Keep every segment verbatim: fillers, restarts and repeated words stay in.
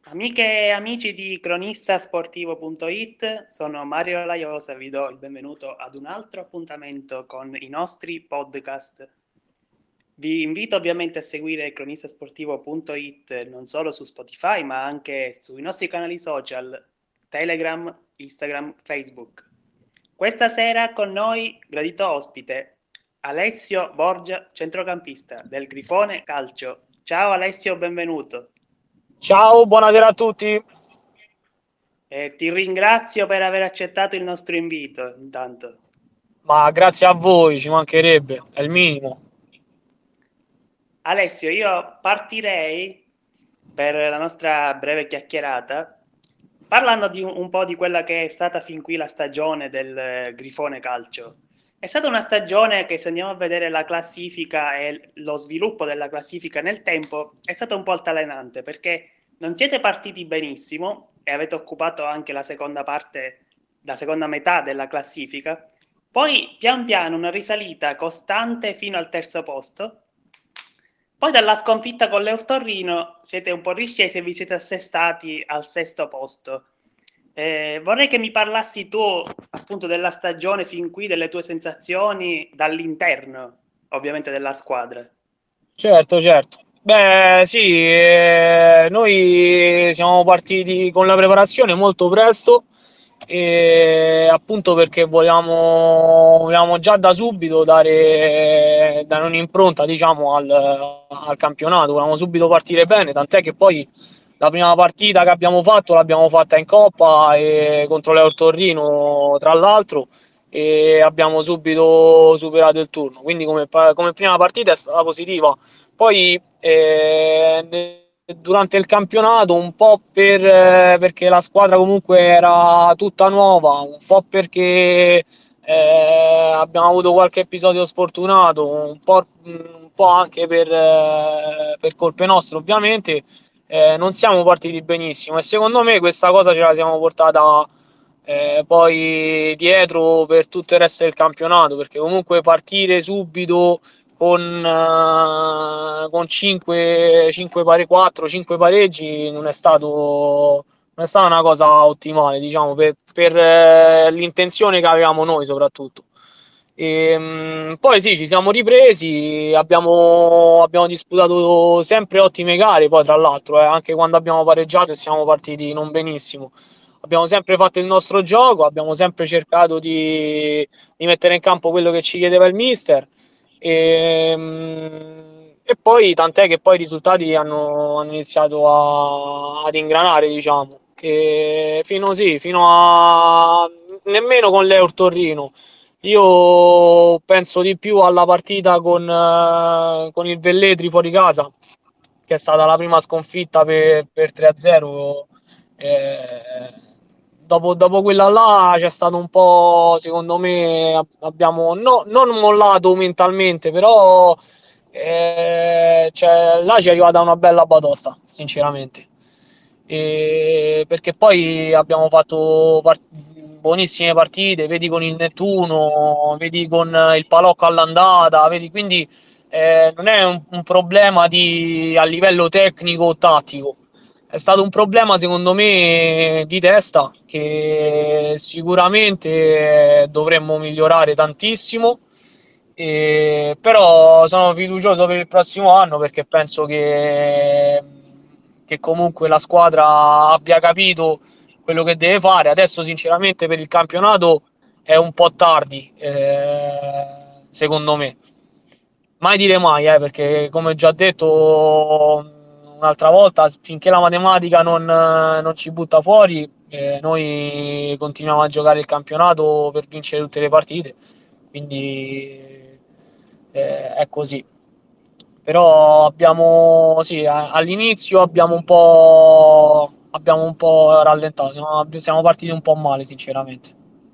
Amiche e amici di cronistasportivo.it, sono Mario Laiosa, vi do il benvenuto ad un altro appuntamento con i nostri podcast. Vi invito ovviamente a seguire cronistasportivo.it non solo su Spotify, ma anche sui nostri canali social, Telegram, Instagram, Facebook. Questa sera con noi, gradito ospite, Alessio Borgia, centrocampista del Grifone Calcio. Ciao Alessio, benvenuto. Ciao, buonasera a tutti. E ti ringrazio per aver accettato il nostro invito, intanto. Ma grazie a voi, ci mancherebbe, è il minimo. Alessio, io partirei per la nostra breve chiacchierata parlando di un, un po' di quella che è stata fin qui la stagione del eh, Grifone Calcio. È stata una stagione che, se andiamo a vedere la classifica e lo sviluppo della classifica nel tempo, è stata un po' altalenante perché non siete partiti benissimo e avete occupato anche la seconda parte, la seconda metà della classifica. Poi pian piano una risalita costante fino al terzo posto. Poi dalla sconfitta con l'Eutorino siete un po' riscesi e vi siete assestati al sesto posto. Eh, vorrei che mi parlassi tu appunto della stagione fin qui, delle tue sensazioni dall'interno, ovviamente, della squadra. Certo, certo. Beh, sì, eh, noi siamo partiti con la preparazione molto presto e appunto perché vogliamo, vogliamo già da subito dare, dare un'impronta, diciamo, al, al campionato, volevamo subito partire bene, tant'è che poi la prima partita che abbiamo fatto l'abbiamo fatta in Coppa e contro l'Eur Torino, tra l'altro, e abbiamo subito superato il turno. Quindi come, come prima partita è stata positiva. Poi eh, durante il campionato un po' per, eh, perché la squadra comunque era tutta nuova, un po' perché eh, abbiamo avuto qualche episodio sfortunato, un po', un po' anche per, eh, per colpe nostre ovviamente, eh, non siamo partiti benissimo e secondo me questa cosa ce la siamo portata eh, poi dietro per tutto il resto del campionato, perché comunque partire subito con, uh, con cinque, cinque pare, quattro cinque pareggi non è stato non è stata una cosa ottimale, diciamo, per, per eh, l'intenzione che avevamo noi soprattutto. E, mh, poi sì, ci siamo ripresi, abbiamo, abbiamo disputato sempre ottime gare, poi tra l'altro, eh, anche quando abbiamo pareggiato e siamo partiti non benissimo. Abbiamo sempre fatto il nostro gioco, abbiamo sempre cercato di, di mettere in campo quello che ci chiedeva il mister. E, e poi tant'è che poi i risultati hanno, hanno iniziato a, ad ingranare, diciamo. Che fino, sì, fino a nemmeno con l'Eur Torino. Io penso di più alla partita con, eh, con il Velletri fuori casa, che è stata la prima sconfitta per, per tre a zero. Eh, dopo, dopo quella là c'è stato un po', secondo me, abbiamo no, non mollato mentalmente, però eh, cioè, là ci è arrivata una bella batosta, sinceramente. E perché poi abbiamo fatto part- buonissime partite, vedi con il Nettuno, vedi con il Palocco all'andata, vedi quindi eh, non è un, un problema di, a livello tecnico o tattico, è stato un problema secondo me di testa che sicuramente dovremmo migliorare tantissimo. E, però sono fiducioso per il prossimo anno perché penso che, che comunque la squadra abbia capito quello che deve fare. Adesso sinceramente per il campionato è un po' tardi, eh, secondo me. Mai dire mai, eh, perché come ho già detto un'altra volta, finché la matematica non, non ci butta fuori, eh, noi continuiamo a giocare il campionato per vincere tutte le partite. Quindi eh, è così. Però abbiamo, sì, all'inizio abbiamo un po', abbiamo un po' rallentato, no? Siamo partiti un po' male, sinceramente.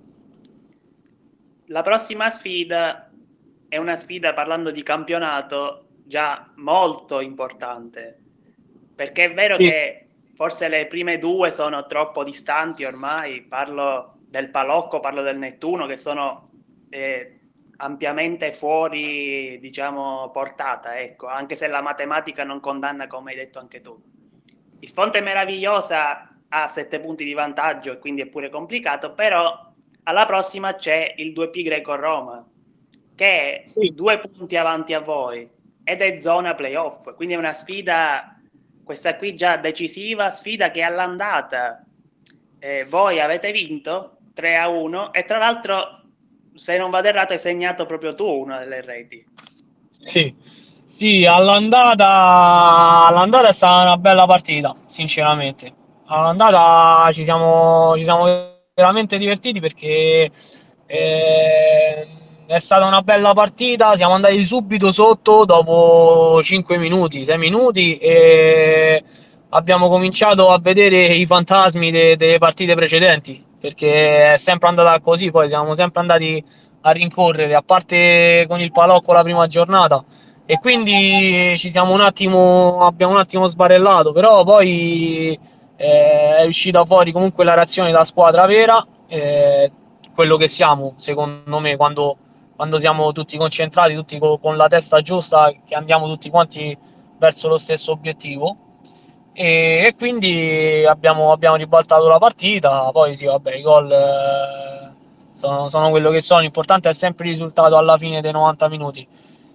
La prossima sfida è una sfida, parlando di campionato, già molto importante, perché è vero Sì, che forse le prime due sono troppo distanti ormai, parlo del Palocco, parlo del Nettuno, che sono eh, ampiamente fuori, diciamo, portata, ecco, anche se la matematica non condanna, come hai detto anche tu. il Fonte Meravigliosa ha sette punti di vantaggio e quindi è pure complicato, però alla prossima c'è il due P Greco Roma, che è Sì. due punti avanti a voi ed è zona playoff, quindi è una sfida, questa qui già decisiva, sfida che all'andata eh, voi avete vinto tre a uno e tra l'altro, se non vado errato, hai segnato proprio tu una delle reti. Sì, sì, all'andata, all'andata è stata una bella partita, sinceramente. All'andata ci siamo, ci siamo veramente divertiti perché eh, è stata una bella partita. Siamo andati subito sotto dopo cinque minuti, sei minuti e abbiamo cominciato a vedere i fantasmi de- delle partite precedenti perché è sempre andata così. Poi siamo sempre andati a rincorrere, a parte con il Palocco la prima giornata, e quindi ci siamo un attimo, abbiamo un attimo sbarellato, però poi eh, è uscita fuori comunque la reazione da squadra vera, eh, quello che siamo, secondo me, quando, quando siamo tutti concentrati, tutti co- con la testa giusta, che andiamo tutti quanti verso lo stesso obiettivo. E, e quindi abbiamo, abbiamo ribaltato la partita. Poi sì, vabbè, i gol eh, sono, sono quello che sono. L'importante è sempre il risultato alla fine dei novanta minuti.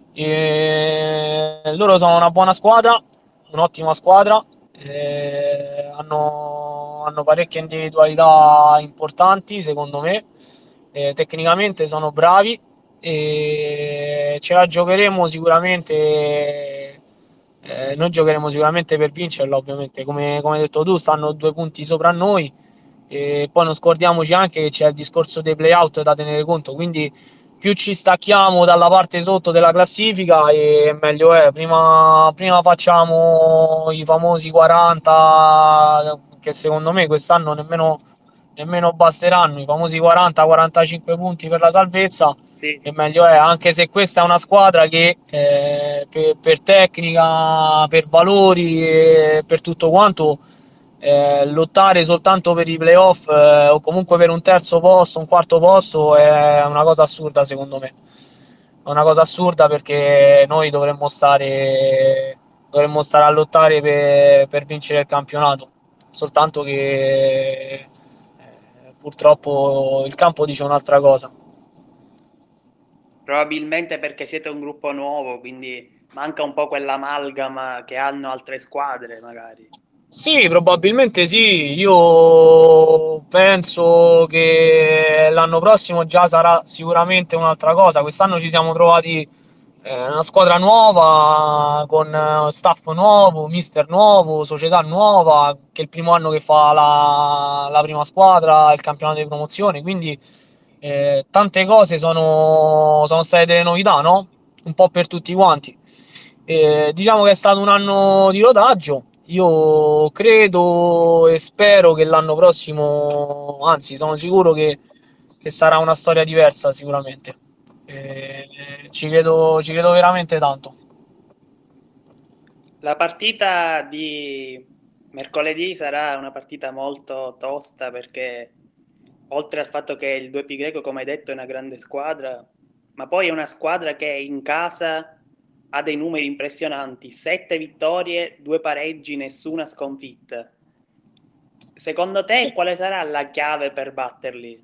E loro sono una buona squadra, un'ottima squadra, eh, hanno, hanno parecchie individualità importanti secondo me, eh, tecnicamente sono bravi e ce la giocheremo sicuramente. Eh, noi giocheremo sicuramente per vincerla, ovviamente. Come, come hai detto tu, stanno due punti sopra noi. E poi non scordiamoci anche che c'è il discorso dei playout da tenere conto. Quindi, più ci stacchiamo dalla parte sotto della classifica, e meglio è. Prima, prima facciamo i famosi quaranta, che secondo me quest'anno nemmeno, nemmeno basteranno. I famosi quaranta quarantacinque punti per la salvezza, Sì. e meglio è, anche se questa è una squadra che eh, per, per tecnica, per valori e per tutto quanto, eh, lottare soltanto per i playoff eh, o comunque per un terzo posto, un quarto posto è una cosa assurda secondo me. È una cosa assurda perché noi dovremmo stare, dovremmo stare a lottare per, per vincere il campionato, soltanto che eh, purtroppo il campo dice un'altra cosa. Probabilmente perché siete un gruppo nuovo, quindi manca un po' quell'amalgama che hanno altre squadre, magari. Sì, probabilmente sì. Io penso che l'anno prossimo già sarà sicuramente un'altra cosa. Quest'anno ci siamo trovati eh, una squadra nuova, con eh, staff nuovo, mister nuovo, società nuova, che è il primo anno che fa la, la prima squadra, il campionato di promozione, quindi eh, tante cose sono, sono state delle novità, no? Un po' per tutti quanti. Eh, diciamo che è stato un anno di rodaggio. Io credo e spero che l'anno prossimo, anzi, sono sicuro che, che sarà una storia diversa sicuramente. Eh, ci credo, ci credo veramente tanto. La partita di mercoledì sarà una partita molto tosta perché oltre al fatto che il due P Greco, come hai detto, è una grande squadra, ma poi è una squadra che in casa ha dei numeri impressionanti, sette vittorie, due pareggi, nessuna sconfitta. Secondo te quale sarà la chiave per batterli?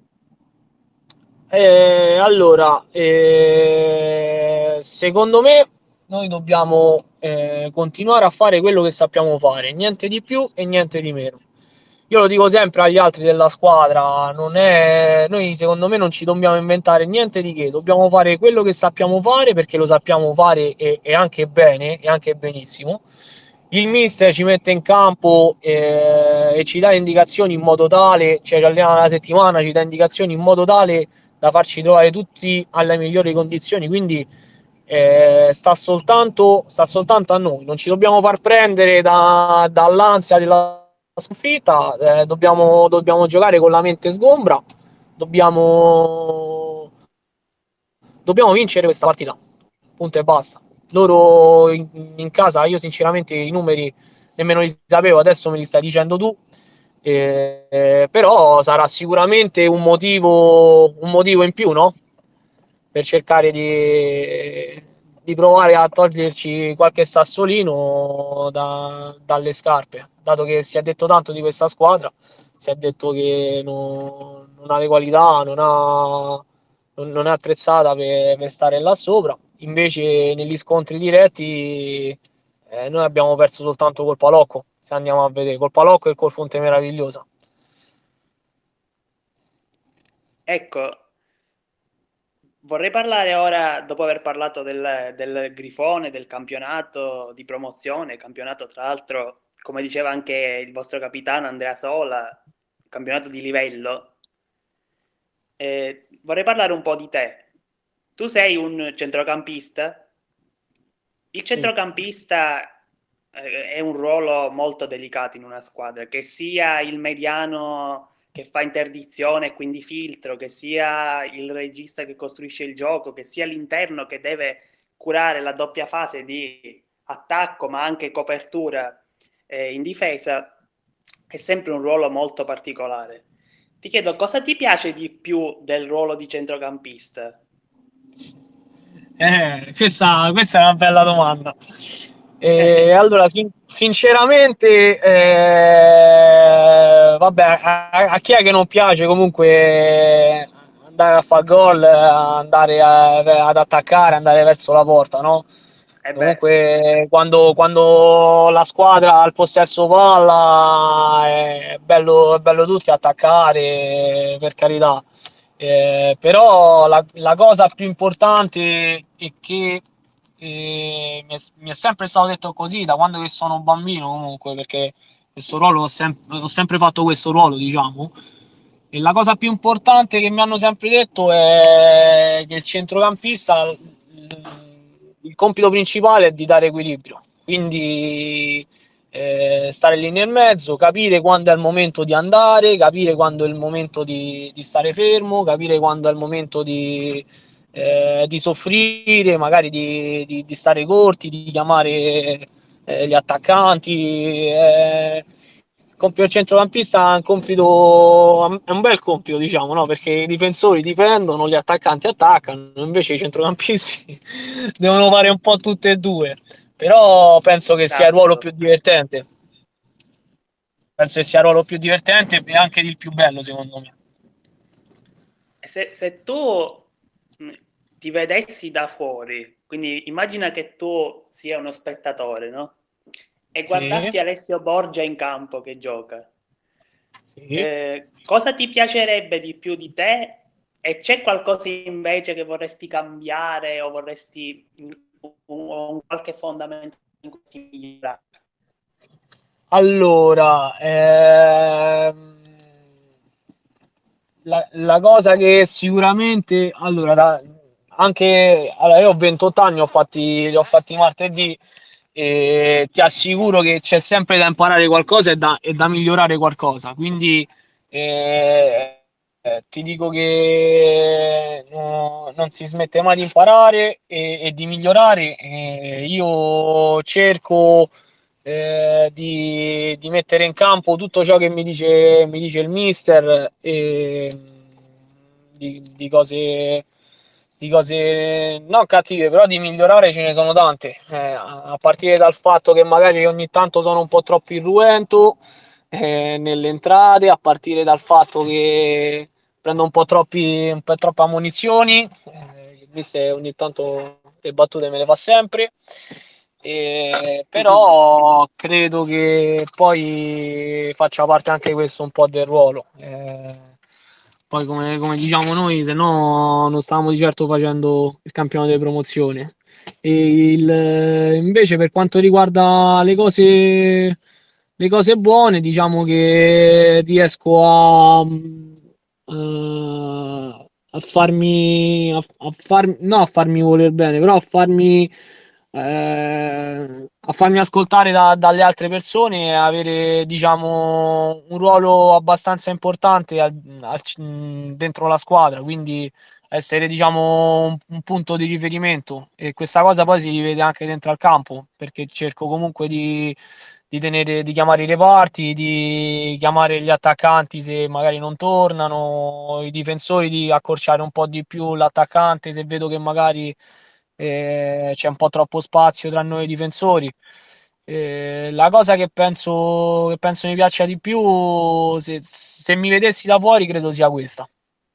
Eh, allora, eh, secondo me noi dobbiamo eh, continuare a fare quello che sappiamo fare, niente di più e niente di meno. Io lo dico sempre agli altri della squadra, non è... noi secondo me non ci dobbiamo inventare niente di che, dobbiamo fare quello che sappiamo fare perché lo sappiamo fare e, e anche bene, e anche benissimo. Il mister ci mette in campo eh, e ci dà indicazioni in modo tale, cioè ci allena la settimana, ci dà indicazioni in modo tale da farci trovare tutti alle migliori condizioni, quindi eh, sta, soltanto, sta soltanto a noi, non ci dobbiamo far prendere da, dall'ansia della sconfitta, eh, dobbiamo, dobbiamo giocare con la mente sgombra, dobbiamo, dobbiamo vincere questa partita, punto e basta. Loro in, in casa, io sinceramente i numeri nemmeno li sapevo, adesso me li stai dicendo tu. Eh, però sarà sicuramente un motivo, un motivo in più, no? Per cercare di, di provare a toglierci qualche sassolino da, dalle scarpe. dato che si è detto tanto di questa squadra, si è detto che non, non ha le qualità, non, ha, non, non è attrezzata per, per stare là sopra. Invece negli scontri diretti eh, noi abbiamo perso soltanto col Palocco, se andiamo a vedere, col Palocco e col Fonte Meravigliosa. Ecco, vorrei parlare ora, dopo aver parlato del, del Grifone, del campionato di promozione, campionato tra l'altro, come diceva anche il vostro capitano Andrea Sola, campionato di livello. Eh, vorrei parlare un po' di te. Tu sei un centrocampista? Il Sì. centrocampista eh, è un ruolo molto delicato in una squadra, che sia il mediano che fa interdizione e quindi filtro, che sia il regista che costruisce il gioco, che sia l'interno che deve curare la doppia fase di attacco, ma anche copertura eh, in difesa, è sempre un ruolo molto particolare. Ti chiedo cosa ti piace di più del ruolo di centrocampista? Eh, questa, questa è una bella domanda. E allora, sin- sinceramente, eh, vabbè, a, a chi è che non piace comunque andare a fare gol, andare a- ad attaccare, andare verso la porta, no? Eh beh, Comunque, quando, quando la squadra ha il possesso palla, è bello, è bello tutti attaccare, per carità. Eh, però la, la cosa più importante è che eh, mi, è, mi è sempre stato detto così da quando che sono bambino comunque, perché questo ruolo ho, sem- ho sempre fatto questo ruolo, diciamo. E la cosa più importante che mi hanno sempre detto è che il centrocampista, il compito principale è di dare equilibrio. Quindi eh, stare lì nel mezzo, capire quando è il momento di andare, capire quando è il momento di, di stare fermo, capire quando è il momento di, eh, di soffrire, magari di, di, di stare corti, di chiamare eh, gli attaccanti. Eh, il compito del centrocampista è un compito, è un bel compito, diciamo, no? Perché i difensori difendono, gli attaccanti attaccano, invece i centrocampisti devono fare un po' tutte e due. Però penso che sia il ruolo esatto. più divertente. Penso che sia il ruolo più divertente e anche il più bello, secondo me. Se, se tu mh, ti vedessi da fuori, quindi immagina che tu sia uno spettatore, no? E Sì, guardassi Alessio Borgia in campo che gioca, sì. eh, cosa ti piacerebbe di più di te? E c'è qualcosa invece che vorresti cambiare o vorresti un, un qualche fondamento in cui ti migliorare? Allora, ehm, la, la cosa che sicuramente, allora, da- anche allora, io ho ventotto anni, ho fatti, li ho fatti martedì e ti assicuro che c'è sempre da imparare qualcosa e da, e da migliorare qualcosa. Quindi eh, eh, ti dico che no, non si smette mai di imparare e, e di migliorare. E io cerco eh, di, di mettere in campo tutto ciò che mi dice, mi dice il mister e di, di cose di cose non cattive, però di migliorare ce ne sono tante, eh, a partire dal fatto che magari ogni tanto sono un po' troppo irruento eh, nelle entrate, a partire dal fatto che prendo un po' troppi, un po' troppe ammonizioni, eh, il mister ogni tanto le battute me le fa sempre. E, però credo che poi faccia parte anche questo un po' del ruolo. Eh, poi, come, come diciamo noi, se no non stavamo di certo facendo il campionato di promozione. E il, invece, per quanto riguarda le cose, le cose buone, diciamo che riesco a, eh, a farmi, a, a farmi, no, a farmi voler bene, però a farmi eh, a farmi ascoltare da- dalle altre persone e avere, diciamo, un ruolo abbastanza importante al- al- dentro la squadra, quindi essere, diciamo, un, un punto di riferimento e questa cosa poi si rivede anche dentro al campo, perché cerco comunque di, di tenere, di chiamare i reparti, di chiamare gli attaccanti se magari non tornano, i difensori di accorciare un po' di più l'attaccante se vedo che magari eh, c'è un po' troppo spazio tra noi difensori. Eh, la cosa che penso, che penso mi piaccia di più, se, se mi vedessi da fuori, credo sia questa.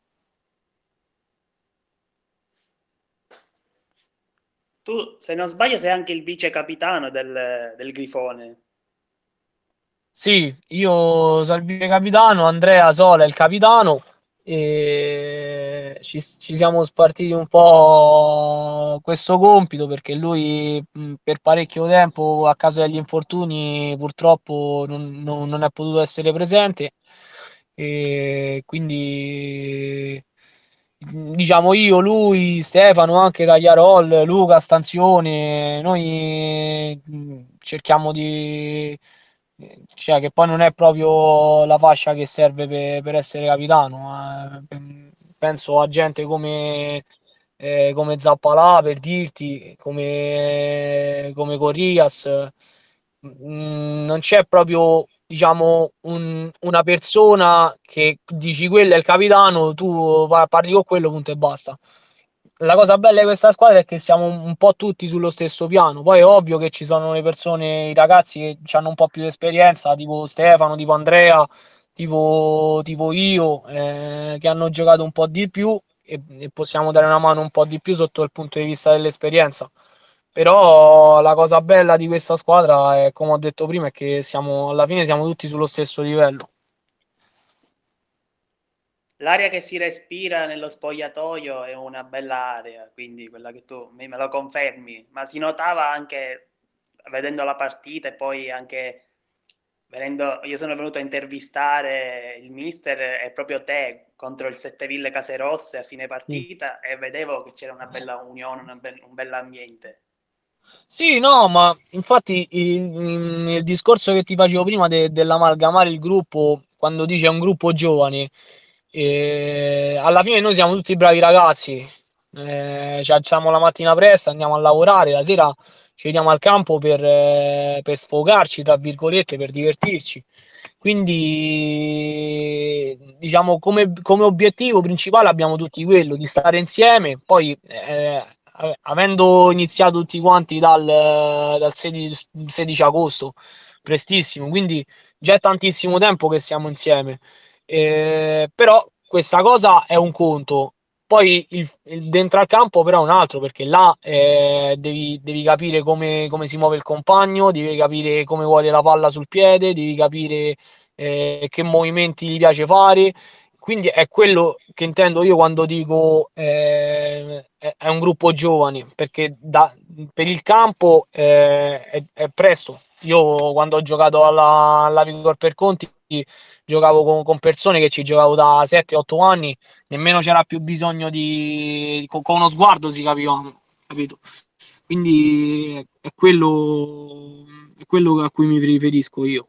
Tu, se non sbaglio, sei anche il vice capitano del, del Grifone. Sì, io sono il vice capitano, Andrea Sola è il capitano e ci, ci siamo spartiti un po' questo compito perché lui mh, per parecchio tempo a causa degli infortuni purtroppo non, non- non è potuto essere presente e quindi diciamo io, lui, Stefano, anche Tagliarol, Luca, Stanzione, noi mh, cerchiamo di eh, cioè che poi non è proprio la fascia che serve per, per essere capitano, ma eh, penso a gente come, eh, come Zappalà per dirti, come, come Corrias. Mm, non c'è proprio, diciamo, un- una persona che dici quello è il capitano, tu pa- parli con quello, punto e basta. La cosa bella di questa squadra è che siamo un un po' tutti sullo stesso piano. Poi è ovvio che ci sono le persone, i ragazzi che hanno un po' più di esperienza, tipo Stefano, tipo Andrea, tipo, tipo io, eh, che hanno giocato un po' di più e, e possiamo dare una mano un po' di più sotto il punto di vista dell'esperienza. Però la cosa bella di questa squadra è, come ho detto prima, è che siamo, alla fine siamo tutti sullo stesso livello. L'aria che si respira nello spogliatoio è una bella aria, quindi quella che tu me me lo confermi, ma si notava anche vedendo la partita e poi anche venendo, io sono venuto a intervistare il mister e proprio te contro il Setteville Caserosse a fine Sì. partita e vedevo che c'era una bella unione, una be- un bell'ambiente. Sì, no, ma infatti il, il discorso che ti facevo prima de- dell'amalgamare il gruppo, quando dice è un gruppo giovane, eh, alla fine noi siamo tutti bravi ragazzi, eh, ci alziamo la mattina presto, andiamo a lavorare, la sera ci vediamo al campo per, eh, per sfogarci, tra virgolette, per divertirci. Quindi, diciamo, come, come obiettivo principale abbiamo tutti quello di stare insieme. Poi, eh, avendo iniziato tutti quanti dal, dal sedici, sedici agosto, prestissimo, quindi già è tantissimo tempo che siamo insieme. Eh, però questa cosa è un conto. Poi il, il dentro al campo però è un altro, perché là eh, devi, devi capire come, come si muove il compagno, devi capire come vuole la palla sul piede, devi capire eh, che movimenti gli piace fare. Quindi è quello che intendo io quando dico eh, è, è un gruppo giovani, perché da, per il campo eh, è, è presto. Io quando ho giocato alla, alla Vigor per Conti giocavo con, con persone che ci giocavo da sette otto anni, nemmeno c'era più bisogno di... con, con uno sguardo si capivamo, capito? Quindi è quello, è quello a cui mi riferisco io.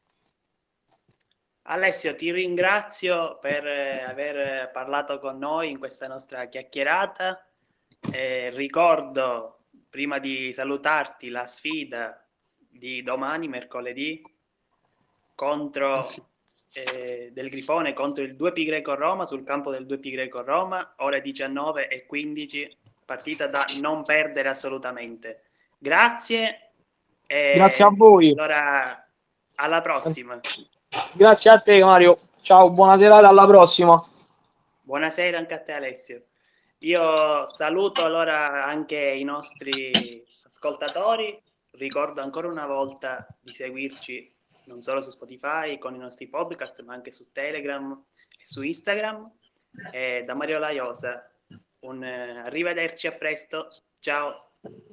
Alessio, ti ringrazio per eh, aver parlato con noi in questa nostra chiacchierata. Eh, ricordo, prima di salutarti, la sfida di domani, mercoledì, Eh sì. contro eh, del Grifone contro il due P Greco Roma sul campo del due P Greco Roma, ore diciannove e quindici, partita da non perdere assolutamente. Grazie Grazie a e voi. allora alla prossima. Grazie a te Mario. Ciao, buona serata, alla prossima. Buonasera anche a te Alessio. Io saluto allora anche i nostri ascoltatori, ricordo ancora una volta di seguirci non solo su Spotify con i nostri podcast, ma anche su Telegram e su Instagram. E da Mario Laiosa, un eh, arrivederci, a presto, ciao.